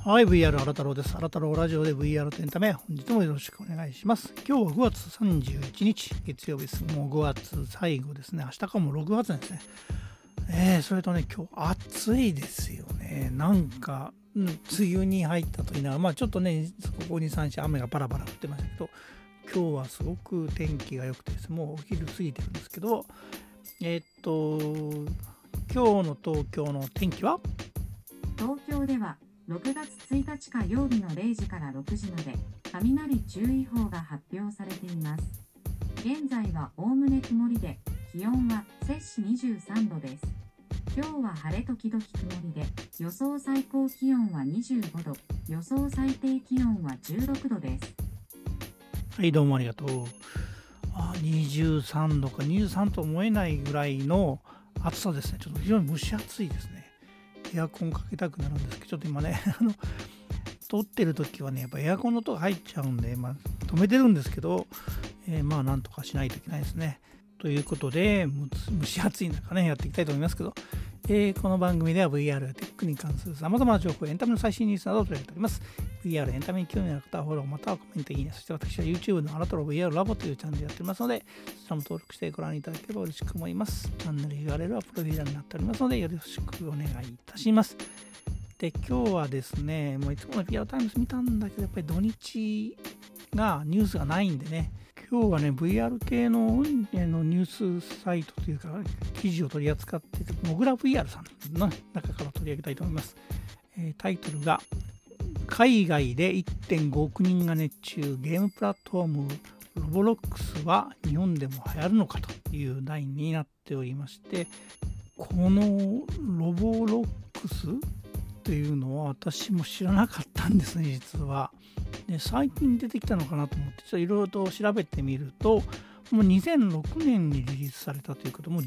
はい、VR 荒太郎です。荒太郎ラジオで VR とエンタメ、本日もよろしくお願いします。今日は5月31日、月曜日です。もう5月最後ですね。明日からも6月ですね。それとね、今日暑いですよね。なんか、梅雨に入ったといいながら、ちょっとね、ここ2、3日雨がバラバラ降ってましたけど、今日はすごく天気が良くてですね、もうお昼過ぎてるんですけど、今日の東京の天気は？ 東京では6月1日火曜日の0時から6時まで雷注意報が発表されています。現在はおおむね曇りで、気温は摂氏23度です。今日は晴れ時々曇りで、予想最高気温は25度、予想最低気温は16度です。 はい、どうもありがとう。23度か23と思えないぐらいの暑さですね。ちょっと非常に蒸し暑いですね。エアコンかけたくなるんですけど、ちょっと今ね、撮ってる時はね、やっぱエアコンの音が入っちゃうんで、止めてるんですけど、なんとかしないといけないですね。ということで、蒸し暑い中ね、やっていきたいと思いますけど、この番組では VR やテックに関する様々な情報、エンタメの最新ニュースなどを取り上げております。VR エンタメに興味のある方はフォローまたはコメント、いいね。そして私は YouTube のあなたの VR ラボというチャンネルやっておりますので、そちらも登録してご覧いただければ嬉しく思います。チャンネル URL はプロフィーラーになっておりますので、よろしくお願いいたします。で、今日はですね、もういつもの VR タイムズ見たんだけど、やっぱり土日がニュースがないんでね、今日はね、VR 系のニュースサイトというか、記事を取り扱っているモグラ VR さんの中から取り上げたいと思います。タイトルが、海外で 1.5 億人が熱中、ゲームプラットフォームロボロックスは日本でも流行るのかという題になっておりまして、このロボロックスというのは私も知らなかったんですね、実は。で、最近出てきたのかなと思って、ちょっといろいろと調べてみると、もう2006年にリリースされたということ、もう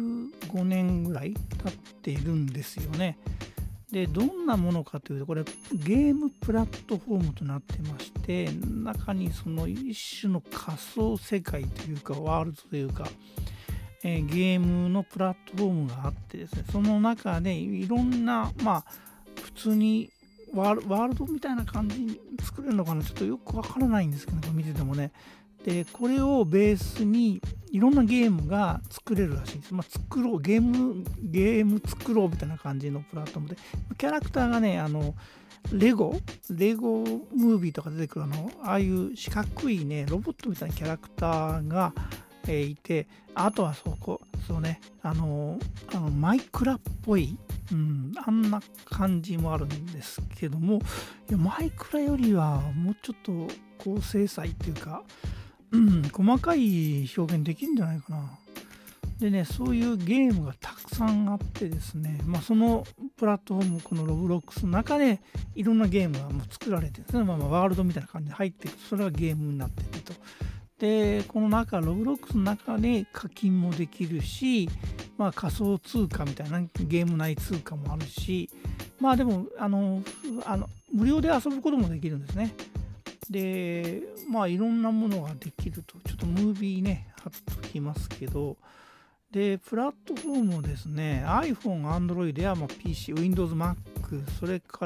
15年ぐらい経っているんですよね。で、どんなものかというと、これゲームプラットフォームとなってまして、中にその一種の仮想世界というか、ワールドというか、ゲームのプラットフォームがあってですね、その中でいろんな、普通にワールドみたいな感じに作れるのかな、ちょっとよくわからないんですけど、見ててもね。で、これをベースにいろんなゲームが作れるらしいんです。ゲーム作ろうみたいな感じのプラットフォームで、キャラクターがね、レゴムービーとか出てくるああいう四角いね、ロボットみたいなキャラクターが、いて、あとはそうね、マイクラっぽい、あんな感じもあるんですけども、いやマイクラよりはもうちょっと高精細っていうか、細かい表現できるんじゃないかな。でね、そういうゲームがたくさんあってですね、そのプラットフォーム、このロブロックスの中でいろんなゲームがもう作られてるんですね。ワールドみたいな感じで入っていくと、それがゲームになっていると。で、この中、ロブロックスの中で課金もできるし、仮想通貨みたいなゲーム内通貨もあるし、でも、無料で遊ぶこともできるんですね。で、いろんなものができると、ちょっとムービーね、貼っときますけど、で、プラットフォームをですね、iPhone、Android やPC、Windows、Mac、それから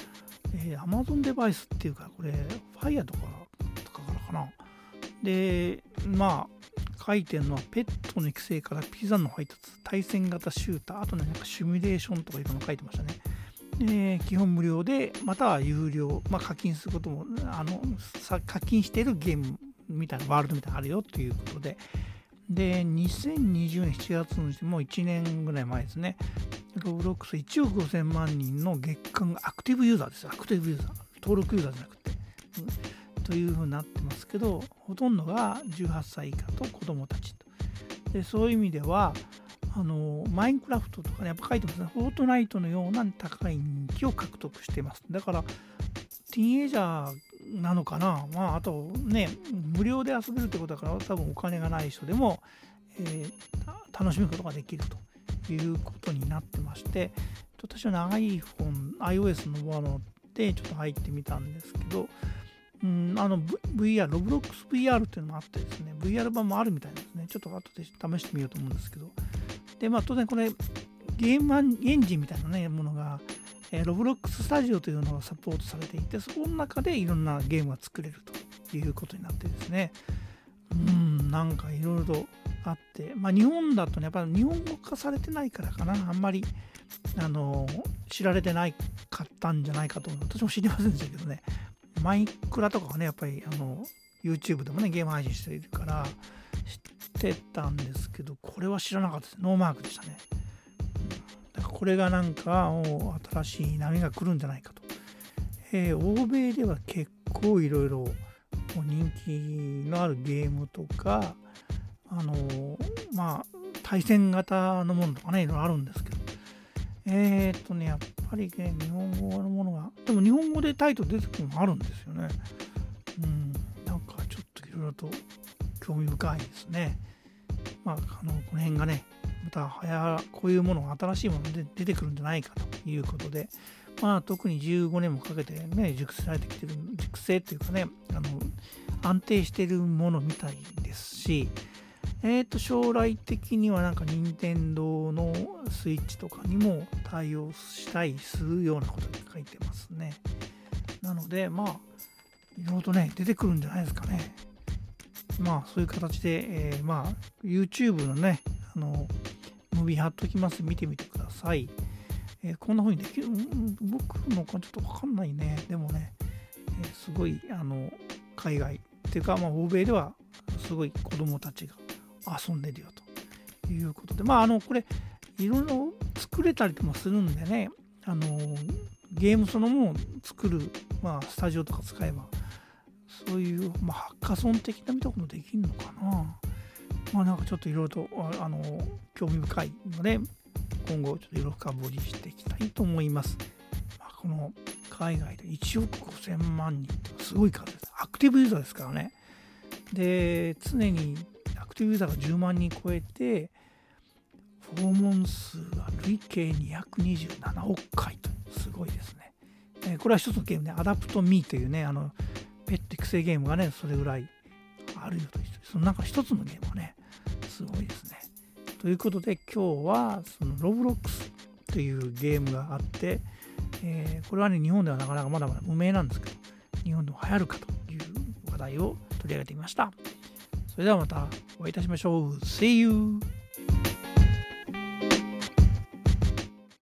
、Amazon デバイスっていうか、これ、Fire とかからかな。で、書いてるのはペットの育成からピザの配達、対戦型シューター、あとね、シミュレーションとかいろいろ書いてましたね。で、基本無料で、または有料、課金することも、課金しているゲームみたいな、ワールドみたいなのあるよということで、で、2020年7月のもう1年ぐらい前ですね、ロブロックス1億5000万人の月間アクティブユーザーですよ、アクティブユーザー、登録ユーザーじゃなくて。というふうになってますけど、ほとんどが18歳以下と子供たちと。で、そういう意味では、マインクラフトとかね、やっぱ書いてますね。フォートナイトのような高い人気を獲得しています。だから、ティーンエイジャーなのかな。あとね、無料で遊べるってことだから、多分お金がない人でも、楽しむことができるということになってまして、私は iOS のものでちょっと入ってみたんですけど、VR、ロブロックス VR っていうのもあってですね、VR 版もあるみたいですね。ちょっと後で試してみようと思うんですけど。で、当然これ、ゲームエンジンみたいなね、ものが、 ロブロックススタジオというのがサポートされていて、そこの中でいろんなゲームが作れるということになってですね、なんかいろいろとあって、日本だとね、やっぱり日本語化されてないからかな、あんまり知られてないかったんじゃないかと思う。私も知りませんでしたけどね、マイクラとかはね、やっぱりYouTube でもね、ゲーム配信しているから知ってたんですけど、これは知らなかったです。ノーマークでしたね。だからこれがなんか新しい波が来るんじゃないかと。欧米では結構いろいろ人気のあるゲームとか、対戦型のものとかね、いろいろあるんですけど、やっぱりね、日本語のものが、でも日本語でタイトル出てくるのもあるんですよね。なんかちょっといろいろと興味深いですね。この辺がね、またこういうものが新しいもので出てくるんじゃないかということで、特に15年もかけてね、熟成っていうかね、安定しているものみたいですし、将来的にはなんか任天堂のスイッチとかにも対応したりするようなことが書いてますね。なので、いろいろとね、出てくるんじゃないですかね。そういう形で、YouTube のね、ムービー貼っときます。見てみてください。こんな風にできる、僕のかちょっとわかんないね。でもね、すごい、海外っていうか、欧米ではすごい子供たちが遊んでるよということで、これ、いろいろ作れたりもするんでね、ゲームそのものを作る、スタジオとか使えば、そういう、ハッカソン的な見たことできるのかな。なんかちょっといろいろと興味深いので、今後ちょっといろいろ深掘りしていきたいと思います。この海外で1億5000万人ってすごい数です。アクティブユーザーですからね。で、常にアクティブユーザーが10万人超えて、訪問数が累計227億回とすごいですね。これは一つのゲームね、アダプトミーというね、ペット育成ゲームがね、それぐらいあるよと。その中一つのゲームはね、すごいですね。ということで今日はそのロブロックスというゲームがあって、これはね、日本ではなかなかまだまだ無名なんですけど、日本でも流行るかという話題を取り上げてみました。それではまたお会いいたしましょう。See you!